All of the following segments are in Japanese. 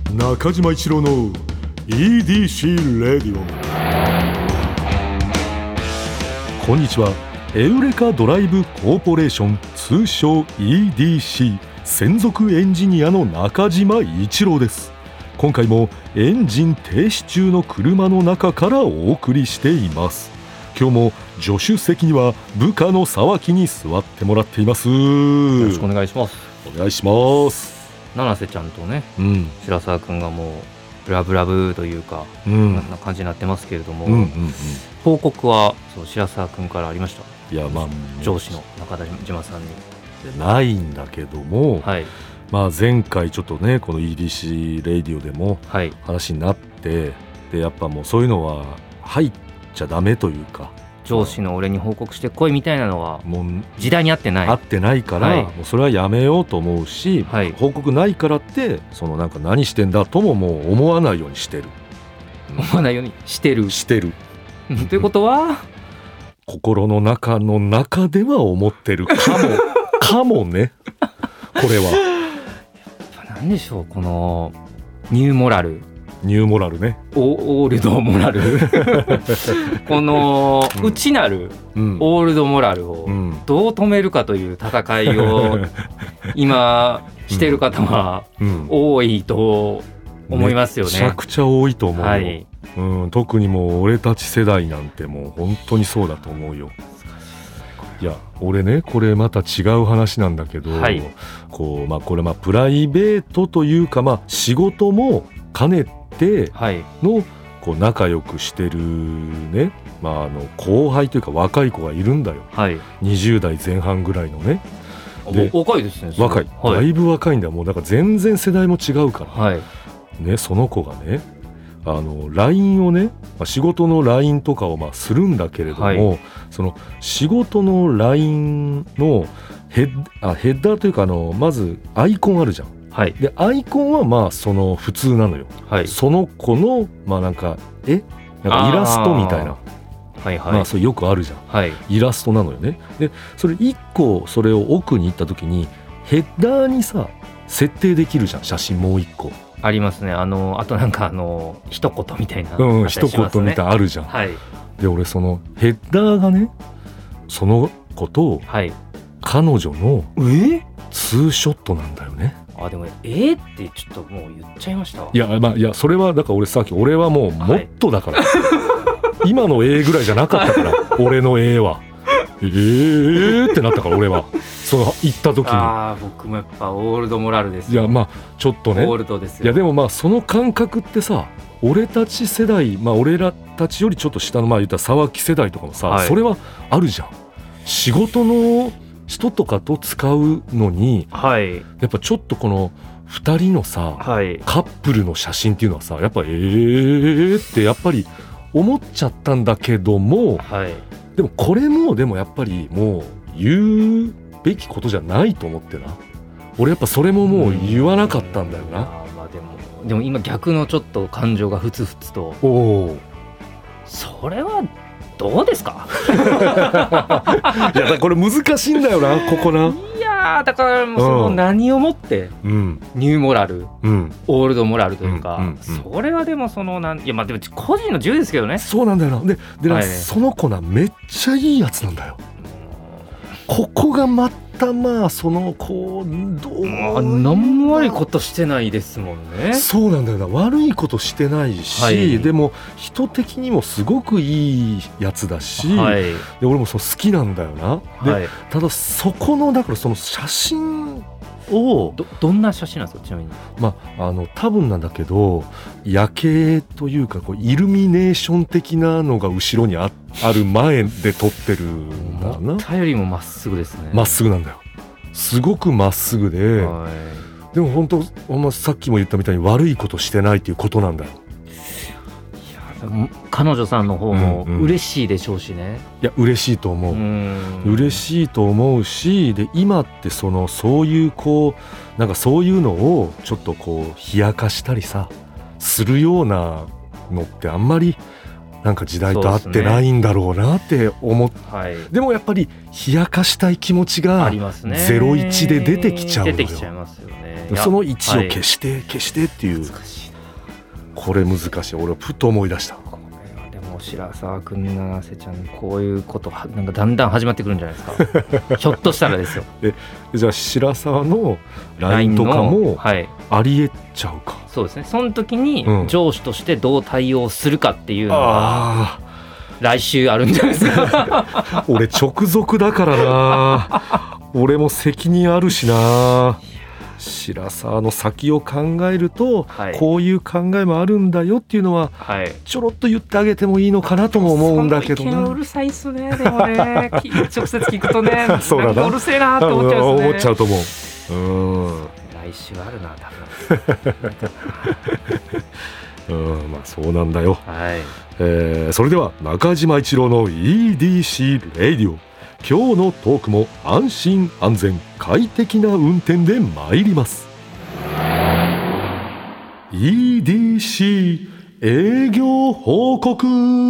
中島一郎の EDC レディオ。こんにちは。エウレカドライブコーポレーション、通称 EDC 専属エンジニアの中島一郎です。今回もエンジン停止中の車の中からお送りしています。今日も助手席には部下の沢木に座ってもらっています。よろしくお願いします。 お願いします。 七瀬ちゃんとね、白沢くんがもうラブラブというか、こんな感じになってますけれども、報告はそう白沢くんからありました？ いや、まあ上司の中島さんにないんだけども、 はい、 まあ、前回ちょっとねこの EDC レイディオでも話になって、でやっぱもうそういうのは入っちゃダメというか、 上司の俺に報告してこいみたいなのはもう時代に合ってないから、 もうそれはやめようと思うし、報告ないからってそのなんか何してんだとももう思わないようにしてる。 思わないようにしてるということは心の中では思ってるかもね。これは何でしょう、このニューモラルね、 オールドモラルこの内なるオールドモラルをどう止めるかという戦いを今してる方は多いと思いますよね。 めちゃくちゃ多いと思うよ、特にもう俺たち世代なんてもう本当にそうだと思うよ。いや俺ね、これまた違う話なんだけど、これプライベートというか、仕事も兼ねてのこう仲良くしてるね、後輩というか若い子がいるんだよ、20代前半ぐらいのね。 で若いですね。 若い、だいぶ若いんだよ。もうだから全然世代も違うから、ね、その子がねLINE をね、仕事の LINE とかをするんだけれども、その仕事の LINE のヘッダーというかまずアイコンあるじゃん。でアイコンはその普通なのよ、その子のなんかイラストみたいな、それよくあるじゃん、イラストなのよね。でそれ1個それを奥に行った時にヘッダーにさ設定できるじゃん、写真もう1個ありますね。あとなんか一言みたいな、 一言みたいなあるじゃん、で俺そのヘッダーがね、その子と彼女のツーショットなんだよね。 でもってちょっともう言っちゃいました。 いやそれはだから俺はもうもっとだから、今のぐらいじゃなかったから俺のはってなったから俺はその行った時に僕もやっぱオールドモラルですよ。いやちょっとね、 オールドですよ。 いやでもその感覚ってさ、俺たち世代、俺らたちよりちょっと下の言ったら沢木世代とかもさ、それはあるじゃん。仕事の人とかと使うのに、やっぱちょっとこの2人のさ、カップルの写真っていうのはさ、やっぱってやっぱり思っちゃったんだけども、でもこれもでもやっぱりもう言うべきことじゃないと思ってな。俺やっぱそれももう言わなかったんだよな。 でも今逆のちょっと感情がふつふつと。それはどうですか？ いやこれ難しいんだよな、ここな。 いやだからもうその何をもって、ニューモラル、オールドモラルというか、それはでもでも個人の自由ですけどね。 そうなんだよな。で、その子めっちゃいいやつなんだよ。ここがまたその子何も悪いことしてないですもんね。 そうなんだよな。悪いことしてないし、でも人的にもすごくいいやつだし、で俺も好きなんだよな。で、ただそこのだからその写真をどんな写真なんですか、ちなみに。 多分なんだけど夜景というかイルミネーション的なのが後ろにある前で撮ってるんだな。 思ったよりもまっすぐですね。 まっすぐなんだよ。すごくまっすぐで、でも本当さっきも言ったみたいに悪いことしてないっていうことなんだよ。 彼女さんの方も嬉しいでしょうしね。 いや嬉しいと思う。嬉しいと思うし、で今ってそういうなんかそういうのをちょっと冷やかしたりさするようなのってあんまりなんか時代と合ってないんだろうなって思って、でもやっぱり冷やかしたい気持ちが01で出てきちゃうのよ。 出てきちゃいますよね。 その1を消して、消してっていう。難しいな。これ難しい。俺はふと思い出した。 これはでも白沢くん、七瀬ちゃん、こういうことなんかだんだん始まってくるんじゃないですか。ひょっとしたらですよ。 じゃあ白沢の LINE とかもありえちゃうか。 そうですね。その時に上司としてどう対応するかっていうのが来週あるんじゃないですか。 俺直属だからな。俺も責任あるしな。白沢の先を考えると、こういう考えもあるんだよっていうのは、ちょろっと言ってあげてもいいのかなとも思うんだけどな。その意見うるさいっすね。でもね直接聞くとねそうだな、うるせえなって思っちゃうんですね。 思っちゃうと思う。 来週あるな多分。まあそうなんだよ。それでは中島一郎の EDC レディオ、今日のトークも安心安全快適な運転で参ります。 EDC 営業報告。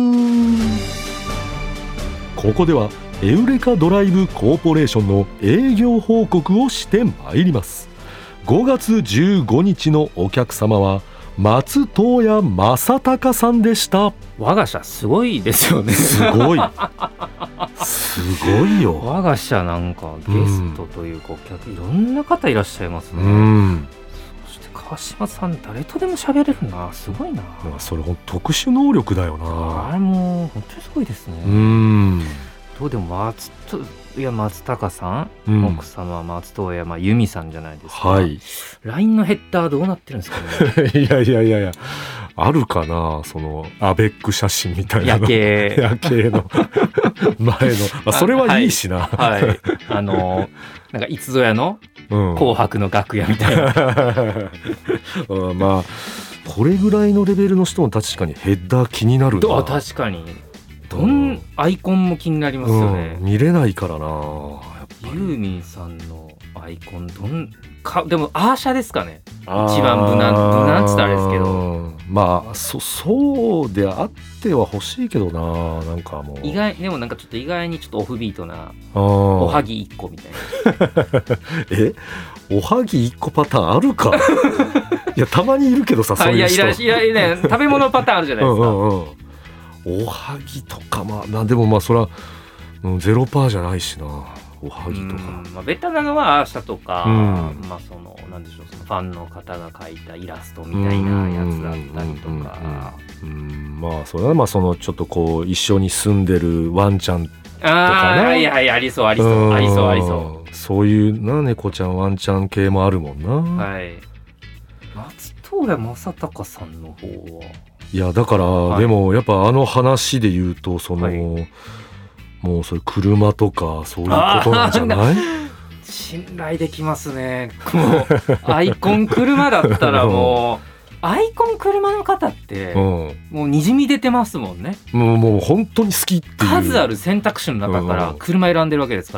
ここではエウレカドライブコーポレーションの営業報告をして参ります。5月15日のお客様は松任谷正隆さんでした。 我が社すごいですよね。 すごいすごいよ。 我が社なんかゲストというかお客、いろんな方いらっしゃいますね。そして川島さん誰とでも喋れるな。すごいな。 それ特殊能力だよな。 あれも本当にすごいですね。どうでも松隆さん、奥様松任谷由実さんじゃないですか。LINE のヘッダーどうなってるんですかね。 いやあるかな、そのアベック写真みたいなの。夜景の前のそれはいいしな。なんかいつぞやの紅白の楽屋みたいな。まあこれぐらいのレベルの人も確かにヘッダー気になるな。 確かにアイコンも気になりますよね。 見れないからな。 ユーミンさんのアイコンでもアーシャですかね。一番無難っつったらあれですけど、 まあそうであっては欲しいけどな。なんかもうでもなんかちょっと意外にちょっとオフビートなおはぎ1個みたいな。 おはぎ1個パターンあるか。いやたまにいるけどさ、そういう人。 いやね、食べ物パターンあるじゃないですか。 おはぎとかでもまあそれは0%じゃないしな。おはぎとか、 ベタなのはアーシャとか、そのなんでしょう、そのファンの方が描いたイラストみたいなやつだったりとか、 まあそれはそのちょっとこう一緒に住んでるワンちゃんとかね。 ありそう。 そういうな、猫ちゃんワンちゃん系もあるもんな。 松任谷正隆さんの方はいやだから、でもやっぱあの話で言うともうそれ車とかそういうことなんじゃない？ 信頼できますね。もうアイコン車だったらもうアイコン車の方って、もうにじみ出てますもんね。 もう本当に好きっていう数ある選択肢の中から車選んでるわけですから、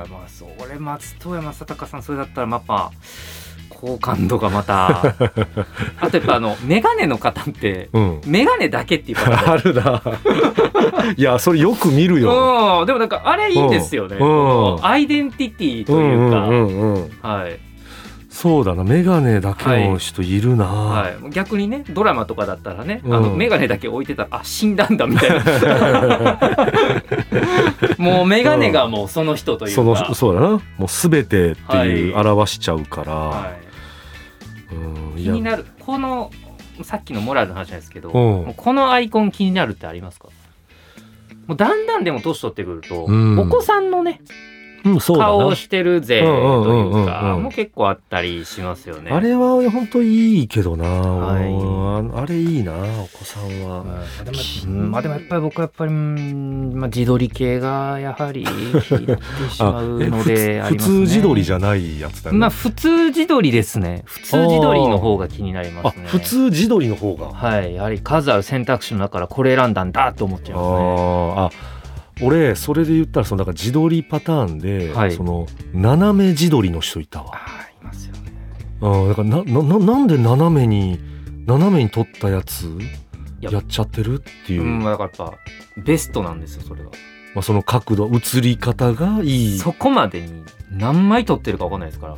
それ松任谷正隆さんそれだったらやっぱ好感度がまたあとやっぱメガネの方って、メガネだけっていう方あるな。いやそれよく見るよ。 でもなんかあれいいですよね。アイデンティティというか、 そうだな、メガネだけの人いるな。 逆にね、ドラマとかだったらね、メガネだけ置いてたら死んだんだみたいな。もうメガネがもうその人というか、 そうだな、もう全てっていう表しちゃうから、 気になる。このさっきのモラルの話なんですけど、もうこのアイコン気になるってありますか？もうだんだんでも年取ってくると、お子さんのね、顔をしてるぜというかも結構あったりしますよね。 あれは本当いいけどな、あれいいな、お子さんは。 でもやっぱり僕は自撮り系がやはり気になってしまうのでありますね。 普通自撮りじゃないやつだね。 普通自撮りですね。普通自撮りの方が気になりますね。 普通自撮りの方が、 やはり数ある選択肢の中からこれ選んだんだと思っちゃいますね。 俺それで言ったらなんか自撮りパターンで、その斜め自撮りの人いたわ。 いますよね。 だからなんで斜めに撮ったやつやっちゃってるっていう。 だからやっぱベストなんですよそれが。 その角度映り方がいい。 そこまでに何枚撮ってるか分かんないですから。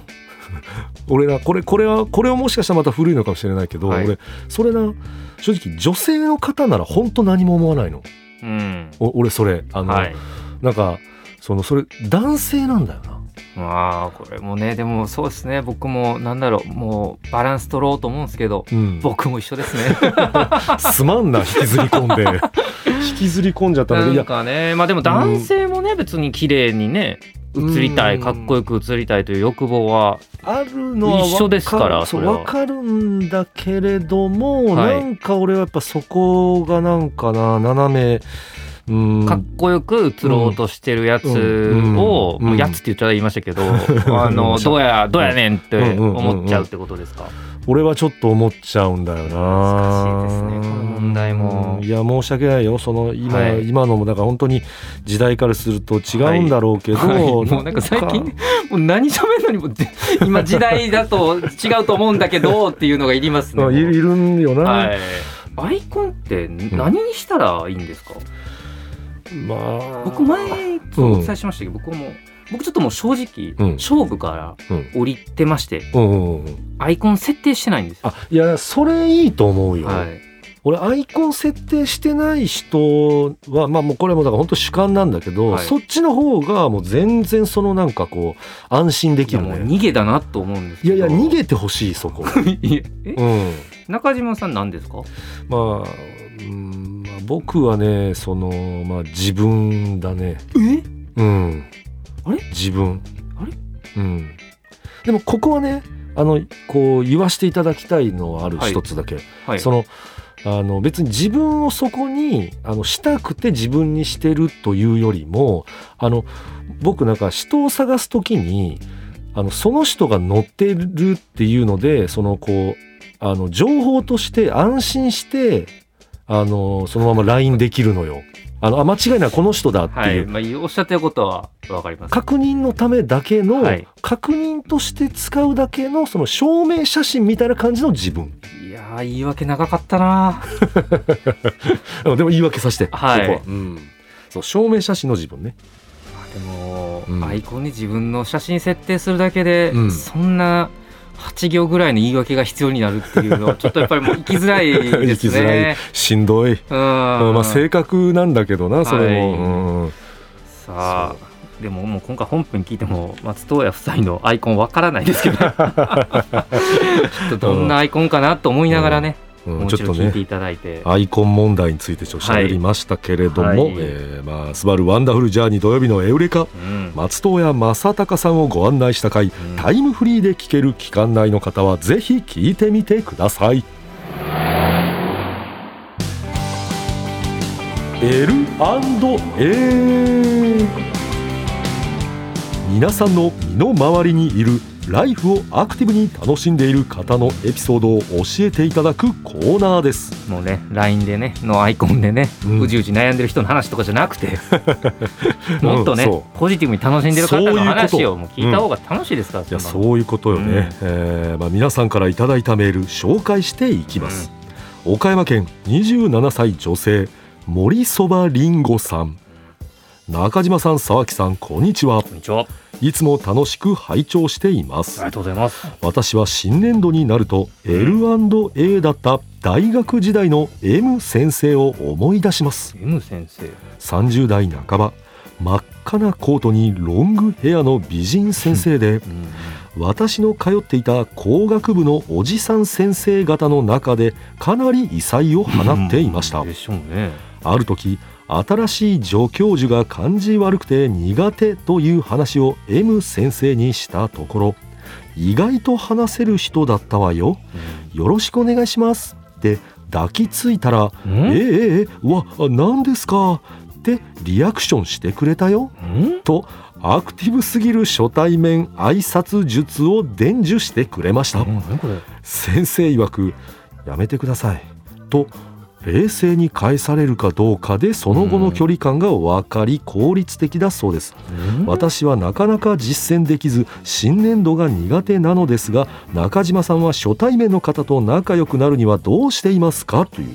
俺なこれはもしかしたらまた古いのかもしれないけど、俺それな正直女性の方なら本当何も思わないの、俺それなんかそれ男性なんだよな。 まあこれもね、でもそうですね、僕ももうバランス取ろうと思うんですけど、僕も一緒ですねすまんな、引きずり込んじゃったので、 なんかね、まあでも男性もね、別に綺麗にね映りたい、かっこよく映りたいという欲望はあるのは一緒ですから、 分かるんだけれども、なんか俺はやっぱそこがなんかな、斜めかっこよく映ろうとしてるやつを、やつって言っちゃ言いましたけどどうやねんって思っちゃうってことですか。 俺はちょっと思っちゃうんだよな。 難しいですね、この問題も。 いや申し訳ないよ、今のもだから本当に時代からすると違うんだろうけど、 もうなんか最近もう何喋るのにも今時代だと違うと思うんだけどっていうのがいりますね。 いるんよな、 アイコンって何にしたらいいんですか。僕前お伝えしましたけど、僕ちょっともう正直、勝負から降りてまして、アイコン設定してないんですよ。 いやそれいいと思うよ、俺アイコン設定してない人はもうこれもだから本当主観なんだけど、そっちの方がもう全然なんかこう安心できるね。 もう逃げだなと思うんですけど。 いや逃げてほしい、そこ中島さん何ですか。 僕はね自分だね。あれ自分あれ、でもここはねこう言わせていただきたいのはある、一つだけ、別に自分をそこにしたくて自分にしてるというよりも、僕なんか人を探すときにその人が乗ってるっていうのでこう情報として安心してそのまま LINE できるのよ。間違いないこの人だっていう、 おっしゃってることは分かります。 確認のためだけの、確認として使うだけのその証明写真みたいな感じの自分。 いや言い訳長かったなでも言い訳させて、ここは、そう証明写真の自分ね。 でも、アイコンに自分の写真設定するだけで、そんな8行ぐらいの言い訳が必要になるっていうのはちょっとやっぱりもう生きづらいですね。生きづらい、しんどい、性格なんだけどな、それも、 さあでももう今回本編聞いても松任谷夫妻のアイコンわからないですけどちょっとどんなアイコンかなと思いながらね、もう一度聞いていただいて、 アイコン問題についてちょっと喋りましたけれども、スバルワンダフルジャーニー土曜日のエウレカ、松任谷正隆さんをご案内した回、タイムフリーで聴ける期間内の方はぜひ聞いてみてください。L&A、 皆さんの身の回りにいるライフをアクティブに楽しんでいる方のエピソードを教えていただくコーナーです。 もうね LINE でねのアイコンでね、うじうじ悩んでる人の話とかじゃなくてもっとね、ポジティブに楽しんでる方の話をもう聞いた方が楽しいですから。 いやそういうことよね、皆さんからいただいたメール紹介していきます、岡山県27歳女性森そばりんごさん。中島さん、沢木さん、こんにちは。 こんにちは。 いつも楽しく拝聴しています。 ありがとうございます。 私は新年度になると L&A だった大学時代の M 先生を思い出します。 M 先生、 30代半ば、真っ赤なコートにロングヘアの美人先生で、私の通っていた工学部のおじさん先生方の中でかなり異彩を放っていました。 でしょうね。 ある時、新しい助教授が感じ悪くて苦手という話を M 先生にしたところ、意外と話せる人だったわよ、よろしくお願いしますって抱きついたら、わ、何ですかってリアクションしてくれたよとアクティブすぎる初対面挨拶術を伝授してくれました。先生曰く、やめてくださいと冷静に返されるかどうかでその後の距離感が分かり効率的だそうです。私はなかなか実践できず新年度が苦手なのですが、中島さんは初対面の方と仲良くなるにはどうしていますかという。 な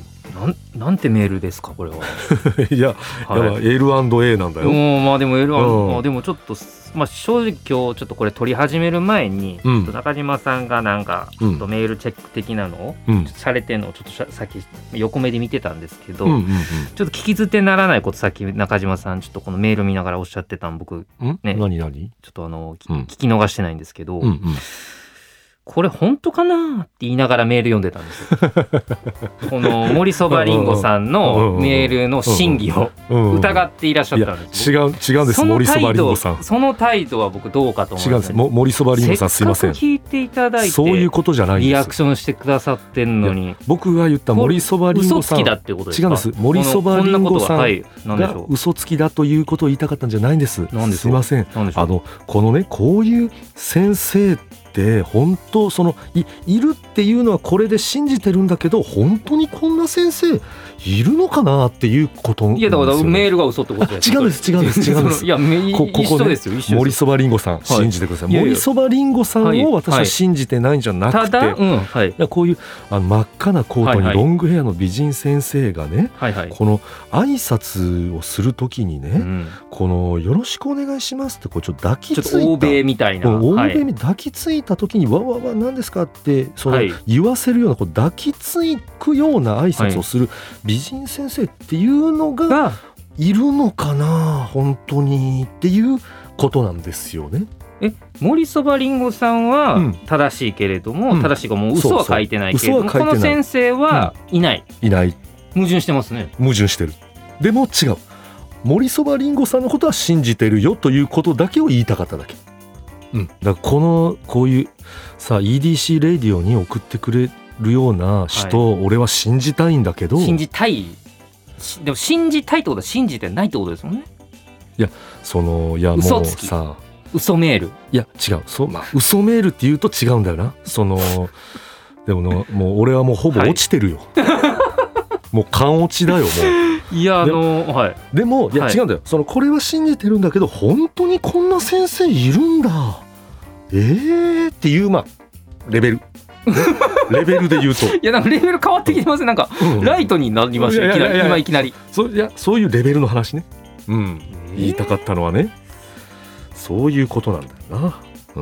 なんてメールですかこれは。 いや、はい、L&A なんだよ。 まあでも L&A、でもちょっと、まあ、正直今日ちょっとこれ取り始める前に、ちょっと中島さんがなんかちょっとメールチェック的なのをされてるのをちょっとさっき横目で見てたんですけど、ちょっと聞き捨てならないことさっき中島さんちょっとこのメール見ながらおっしゃってたん僕ね、 何ちょっと聞き逃してないんですけど、これ本当かなって言いながらメール読んでたんですよ。この森そばりんごさんのメールの真偽を疑っていらっしゃったんです。 違うんです森そばりんごさん。 その態度は僕どうかと思います。 違うんです森そばりんごさん、すいません。 せっかく聞いていただいてそういうことじゃないんです。 リアクションしてくださってんのに、 僕が言った森そばりんごさん嘘つきだってことですか。 違うんです。森そばりんごさんが嘘つきだということを言いたかったんじゃないんです。すいません。このね、こういう先生って本当いるっていうのはこれで信じてるんだけど、本当にこんな先生いるのかなっていうことなんですよね。 いやだからメールが嘘ってことです違うんですいや一緒ですよ。 森そばりんごさん、信じてください。森そばりんごさんを私は信じてないんじゃなくて、ただ、いやこういう真っ赤なコートにロングヘアの美人先生がね、この挨拶をするときにね、このよろしくお願いしますってこうちょっと抱きついた、 ちょっと欧米みたいな、 欧米に抱きついたときにわ何ですかって言わせるような、こう抱きつくような挨拶をする美人先生っていうのがいるのかな本当にっていうことなんですよね。 森そばりんごさんは正しいけれども、正しいかもう嘘は書いてないけれども、この先生はいない、矛盾してますね。 矛盾してる。でも違う、森そばりんごさんのことは信じてるよということだけを言いたかっただけ。だからこういうさ EDC レディオに送ってくれるような人、俺は信じたいんだけど、 信じたい、でも信じたいってことは信じてないってことですもんね。 いやもうさ、 嘘メール、 いや違う、嘘メールって言うと違うんだよな。でももう俺はもうほぼ落ちてるよ、もう勘落ちだよもう。 いやでもいや違うんだよ、これは信じてるんだけど本当にこんな先生いるんだっていうレベルレベルで言うといやなんかレベル変わってきてますね。なんかライトになりましたよ、今いきなり。 そういうレベルの話ね。言いたかったのはね、そういうことなんだよな。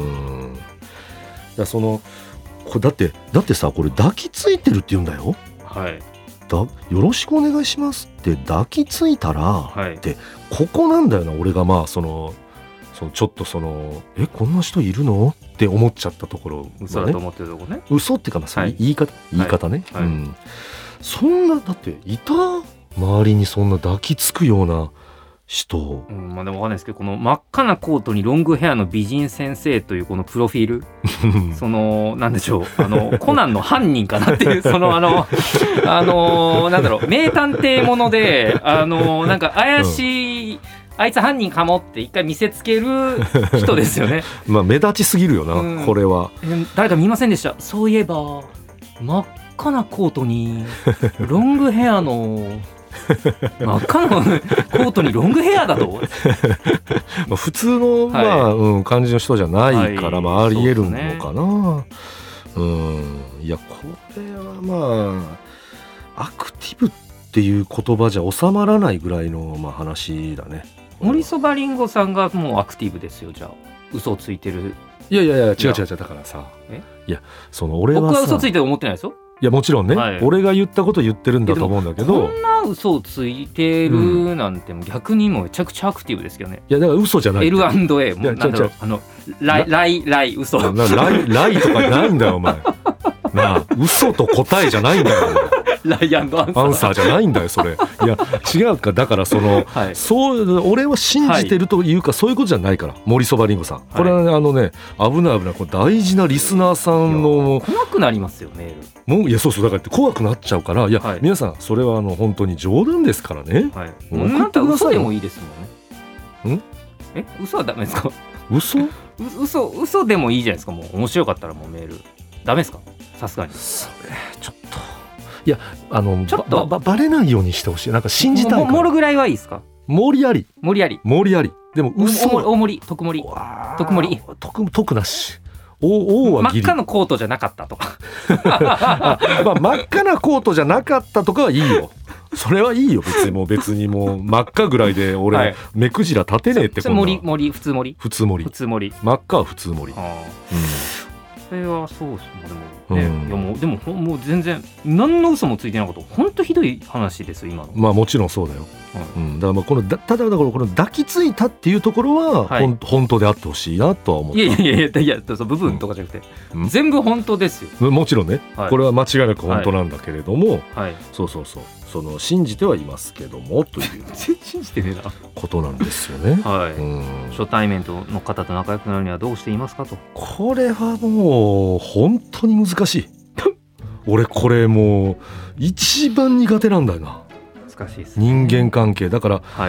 だってさ、これ抱きついてるって言うんだよ。よろしくお願いしますって抱きついたら、でここなんだよな。俺がちょっとこんな人いるのって思っちゃったところ、 嘘だと思ってるところね。 嘘っていうか言い方ね。そんなだっていた周りにそんな抱きつくような人、 でも分かんないですけど、この真っ赤なコートにロングヘアの美人先生というこのプロフィールなんでしょう、コナンの犯人かなっていうなんだろう、名探偵ものでなんか怪しい、あいつ犯人かもって一回見せつける人ですよね。 目立ちすぎるよな、これは。 誰か見ませんでした？そういえば真っ赤なコートにロングヘアの真っ赤なコートにロングヘアだと普通の、感じの人じゃないから、ありえるのかな。いやこれはアクティブっていう言葉じゃ収まらないぐらいの話だね。 森そばりんごさんがもうアクティブですよ。じゃあ嘘をついてる。 いや違うだからさ、いや俺はさ、 僕は嘘ついてる思ってないですよ。 いやもちろんね、俺が言ったこと言ってるんだと思うんだけど、 こんな嘘をついてるなんて逆にもめちゃくちゃアクティブですけどね。 いやだから嘘じゃない。 L&A もなんだろう、ライ嘘ライとかないんだよお前なあ、嘘と答えじゃないんだよライアンドアンサーじゃないんだよそれ。いや違うか、だから俺は信じてるというか、そういうことじゃないから。森そばりんごさん、これは危ないこれ大事なリスナーさんの怖くなりますよメール。 いやそうだからって怖くなっちゃうから。いや、皆さんそれは本当に冗談ですからね。 送ってくださいよ。嘘でもいいですもんね。嘘はダメですか？嘘でもいいじゃないですか。もう面白かったらもうメールダメですか？さすがにそれちょっと、いやちょっとバレないようにしてほしい。なんか信じたいから。 盛るぐらいはいいですか？ 盛りありでも嘘大盛り特盛り特なし。 O はギリ真っ赤なコートじゃなかったとかまあ、真っ赤なコートじゃなかったとかはいいよ。それはいいよ。別にもう真っ赤ぐらいで俺、はい、目くじら立てねえってこんな普通盛り真っ赤は普通盛り、 それはそうですね。でももう全然何の嘘もついてなかった。本当ひどい話です今の。 まあもちろんそうだよ、だからまあただこの抱きついたっていうところは、はい、本当であってほしいなとは思った。 いや部分とかじゃなくて、全部本当ですよ。 もちろんね、はい、これは間違いなく本当なんだけれども、はい、そうその信じてはいますけどもという信じてねえなことなんですよね。 はい、初対面の方と仲良くなるにはどうしていますかと。 これはもう本当に難しい俺これもう一番苦手なんだよな。 難しいですね、 人間関係だから、はい、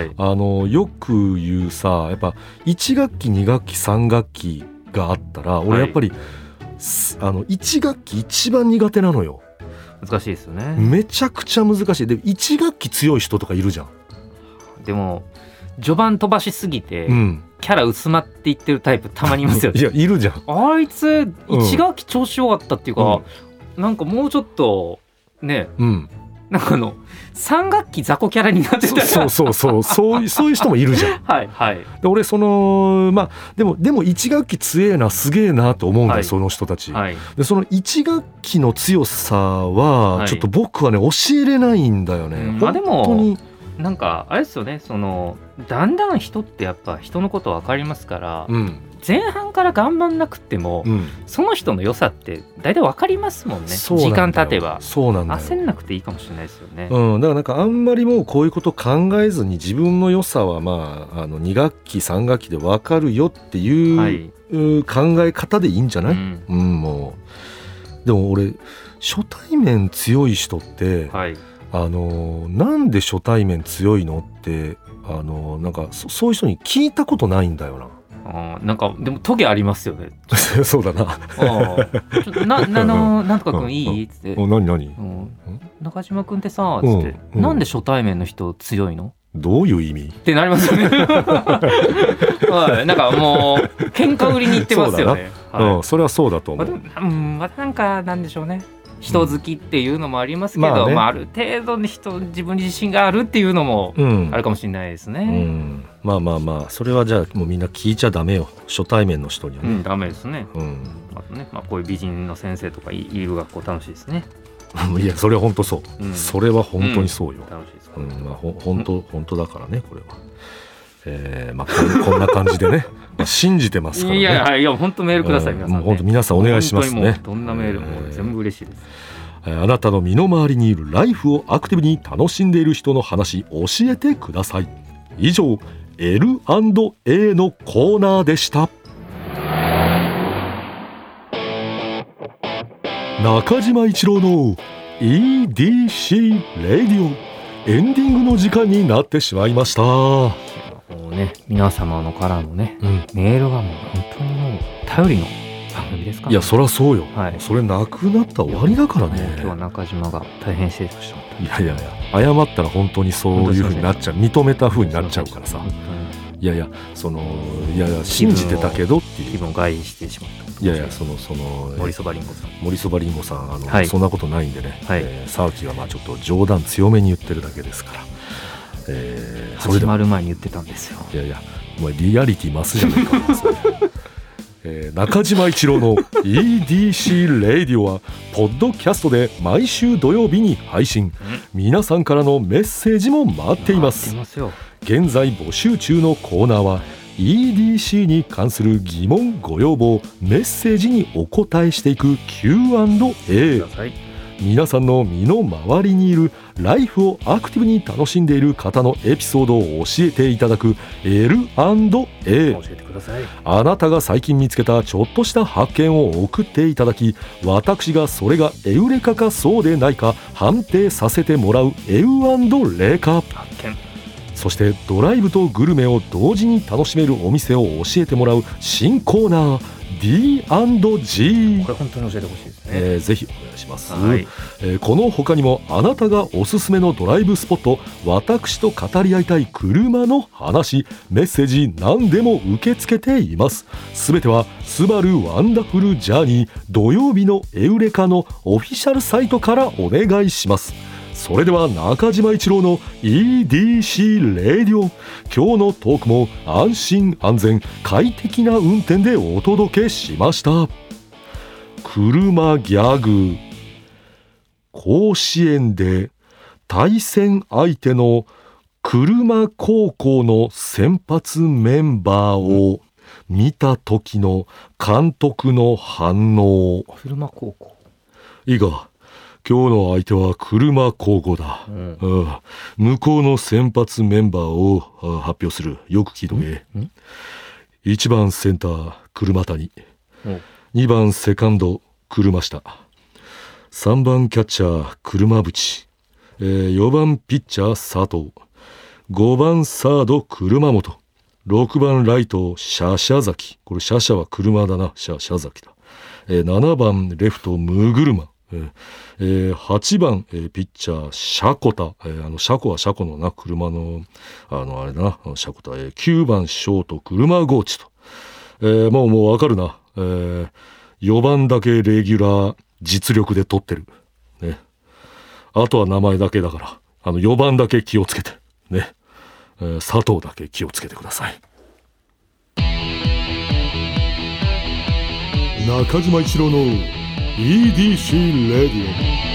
よく言うさ、やっぱ1学期2学期3学期があったら俺やっぱり、はい、1学期一番苦手なのよ。 難しいですよね。 めちゃくちゃ難しい。で1学期強い人とかいるじゃん。 でも序盤飛ばしすぎて、キャラ薄まっていってるタイプたまにいますよねいやいるじゃん。 あいつ1学期調子良かったっていうか、なんかもうちょっとね、なんか3学期雑魚キャラになってたそういう人もいるじゃんはいはい。 で俺まあでも1学期強えなすげえなと思うんだよ、はい、その人たち、はい、でその1学期の強さはちょっと僕はね教えれないんだよね、 まあでもなんかあれですよね、だんだん人ってやっぱ人のこと分かりますから、前半から頑張んなくても、その人の良さって大体分かりますもんね。時間経てば。そうなんだよ。焦んなくていいかもしれないですよね。 だからなんかあんまりもうこういうこと考えずに自分の良さはまあ2学期3学期で分かるよっていう、はい、考え方でいいんじゃない？もうでも俺初対面強い人って、はい、なんで初対面強いのってなんかそういう人に聞いたことないんだよな。 なんかでもトゲありますよねそうだなちょっとなんとか君いいっつって何中島君ってさつって、なんで初対面の人強いの？ どういう意味ってなりますよねはい、なんかもう喧嘩売りに行ってますよね。 それはそうだと思う。 またなんかなんでしょうね、人好きっていうのもありますけど、ある程度に自分に自信があるっていうのもあるかもしれないですね。 まあそれはじゃあもうみんな聞いちゃダメよ、初対面の人にはね。 ダメですね。あとね、こういう美人の先生とかいる学校楽しいですねいやそれは本当そう、それは本当にそうよ、 楽しいです。 本当だからねこれは。こんな感じでね信じてますからね。 いや本当メールください、皆さんね。 本当皆さんお願いしますね。 どんなメールも全部嬉しいです。 あなたの身の回りにいるライフをアクティブに楽しんでいる人の話教えてください。以上 L&A のコーナーでした。中島一郎の EDC レディオエンディングの時間になってしまいました。 皆様のからのね、メールがもう本当にもう頼りの番組ですから、ね。いやそりゃそうよ、それなくなったら終わりだからね。 今日は中島が大変失礼しました。 いや謝ったら本当にそういう風になっちゃう、認めた風になっちゃうからさ。いや信じてたけどっていう気分を害してしまった。森そばりんごさんそんなことないんでね、沢木がちょっと冗談強めに言ってるだけですから。 始まる前に言ってたんですよ。 お前リアリティ増すじゃないか中島一郎の EDC レディオはポッドキャストで毎週土曜日に配信。皆さんからのメッセージも待っています。現在募集中のコーナーは EDC に関する疑問ご要望メッセージにお答えしていく Q&A。皆さんの身の回りにいるライフをアクティブに楽しんでいる方のエピソードを教えていただく L&A。 教えてください。 あなたが最近見つけたちょっとした発見を送っていただき、私がそれがエウレカかそうでないか判定させてもらうエウ&レカ発見。そしてドライブとグルメを同時に楽しめるお店を教えてもらう新コーナー D&G。 これ本当に教えてほしいですね。 ね。 ぜひお願いします、はい。この他にもあなたがおすすめのドライブスポット、私と語り合いたい車の話、メッセージ何でも受け付けています。すべてはスバルワンダフルジャーニー土曜日のエウレカのオフィシャルサイトからお願いします。それでは中島一郎の EDC レディオ、今日のトークも安心安全快適な運転でお届けしました。車ギャグ。甲子園で対戦相手の車高校の先発メンバーを見た時の監督の反応。 車高校。 いいか、今日の相手は車高校だ、向こうの先発メンバーを発表する。よく聞いとけ。1番センター車谷、2番セカンド車下、3番キャッチャー車淵、4番ピッチャー佐藤、5番サード車本、6番ライトシャシャ崎、これシャシャは車だな、シャシャ崎だ、7番レフトムグルマ、8番、ピッチャーシャコタ、シャコはシャコのな車のあれだな、シャコタ、9番ショート車ゴーチと、もうわかるな、4番だけレギュラー実力で取ってる、ね、あとは名前だけだから4番だけ気をつけてね、佐藤だけ気をつけてください。中島一郎の EDC レディオ。